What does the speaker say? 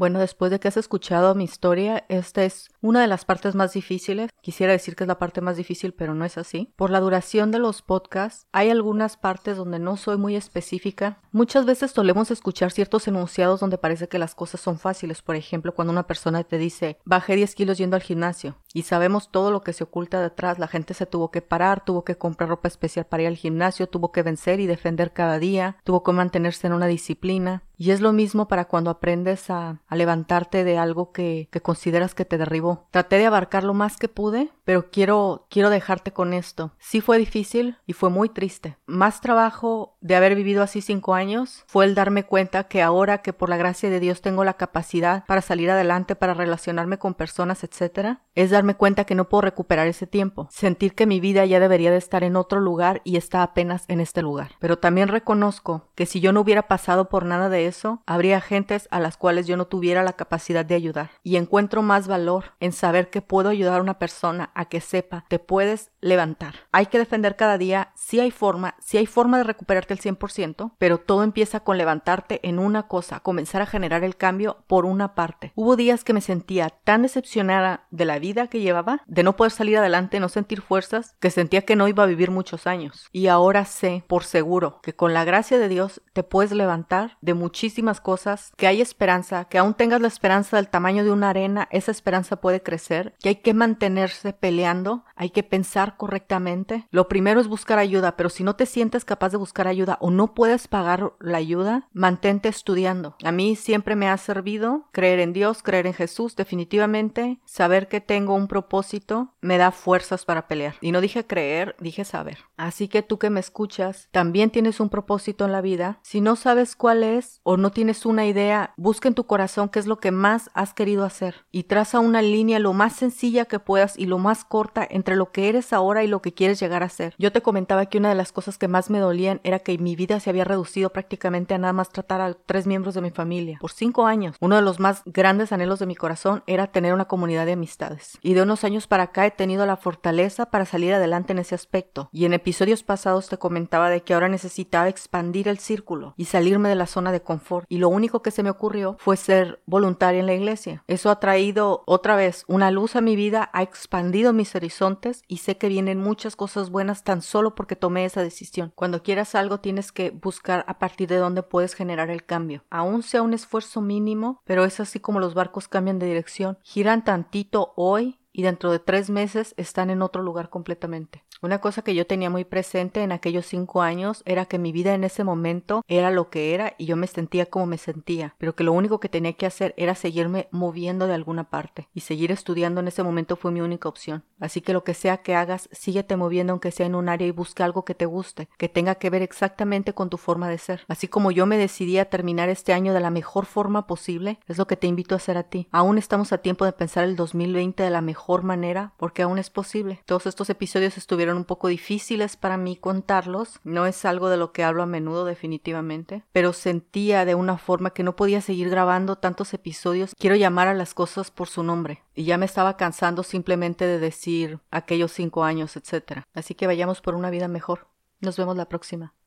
Bueno, después de que has escuchado mi historia, esta es una de las partes más difíciles. Quisiera decir que es la parte más difícil, pero no es así. Por la duración de los podcasts, hay algunas partes donde no soy muy específica. Muchas veces solemos escuchar ciertos enunciados donde parece que las cosas son fáciles. Por ejemplo, cuando una persona te dice, bajé 10 kilos yendo al gimnasio, y sabemos todo lo que se oculta detrás. La gente se tuvo que parar, tuvo que comprar ropa especial para ir al gimnasio, tuvo que vencer y defender cada día, tuvo que mantenerse en una disciplina. Y es lo mismo para cuando aprendes a levantarte de algo que consideras que te derribó. Traté de abarcar lo más que pude, pero quiero dejarte con esto. Sí fue difícil y fue muy triste. Más trabajo de haber vivido así 5 años fue el darme cuenta que ahora que por la gracia de Dios tengo la capacidad para salir adelante, para relacionarme con personas, etc., es darme cuenta que no puedo recuperar ese tiempo. Sentir que mi vida ya debería de estar en otro lugar y está apenas en este lugar. Pero también reconozco que si yo no hubiera pasado por nada de eso, habría gentes a las cuales yo no tuviera la capacidad de ayudar. Y encuentro más valor en saber que puedo ayudar a una persona a que sepa, te puedes levantar. Hay que defender cada día, sí hay forma de recuperarte al 100%, pero todo empieza con levantarte en una cosa, comenzar a generar el cambio por una parte. Hubo días que me sentía tan decepcionada de la vida que llevaba, de no poder salir adelante, no sentir fuerzas, que sentía que no iba a vivir muchos años. Y ahora sé por seguro que con la gracia de Dios te puedes levantar de muchísimas cosas, que hay esperanza, que aún tengas la esperanza del tamaño de una arena, esa esperanza puede crecer, que hay que mantenerse peleando, hay que pensar correctamente. Lo primero es buscar ayuda, pero si no te sientes capaz de buscar ayuda o no puedes pagar la ayuda, mantente estudiando. A mí siempre me ha servido creer en Dios, creer en Jesús, definitivamente, saber que tengo un propósito me da fuerzas para pelear. Y no dije creer, dije saber. Así que tú que me escuchas, también tienes un propósito en la vida. Si no sabes cuál es o no tienes una idea, busca en tu corazón qué es lo que más has querido hacer y traza una línea lo más sencilla que puedas y lo más corta entre lo que eres ahora y lo que quieres llegar a ser. Yo te comentaba que una de las cosas que más me dolían era que mi vida se había reducido prácticamente a nada más tratar a 3 miembros de mi familia. Por 5 años, uno de los más grandes anhelos de mi corazón era tener una comunidad de amistades. Y de unos años para acá he tenido la fortaleza para salir adelante en ese aspecto. Y en episodios pasados te comentaba de que ahora necesitaba expandir el círculo y salirme de la zona de confort. Y lo único que se me ocurrió fue ser voluntaria en la iglesia. Eso ha traído otra vez una luz a mi vida, ha expandido mis horizontes y sé que vienen muchas cosas buenas tan solo porque tomé esa decisión. Cuando quieras algo tienes que buscar a partir de dónde puedes generar el cambio. Aún sea un esfuerzo mínimo, pero es así como los barcos cambian de dirección. Giran tantito hoy y dentro de 3 meses están en otro lugar completamente. Una cosa que yo tenía muy presente en aquellos 5 años era que mi vida en ese momento era lo que era y yo me sentía como me sentía, pero que lo único que tenía que hacer era seguirme moviendo de alguna parte y seguir estudiando en ese momento fue mi única opción. Así que lo que sea que hagas, síguete moviendo aunque sea en un área y busca algo que te guste, que tenga que ver exactamente con tu forma de ser. Así como yo me decidí a terminar este año de la mejor forma posible, es lo que te invito a hacer a ti. Aún estamos a tiempo de pensar el 2020 de la mejor manera porque aún es posible. Todos estos episodios estuvieron un poco difíciles para mí contarlos, no es algo de lo que hablo a menudo definitivamente, pero sentía de una forma que no podía seguir grabando tantos episodios. Quiero llamar a las cosas por su nombre y ya me estaba cansando simplemente de decir aquellos 5 años, etc. Así que vayamos por una vida mejor. Nos vemos la próxima.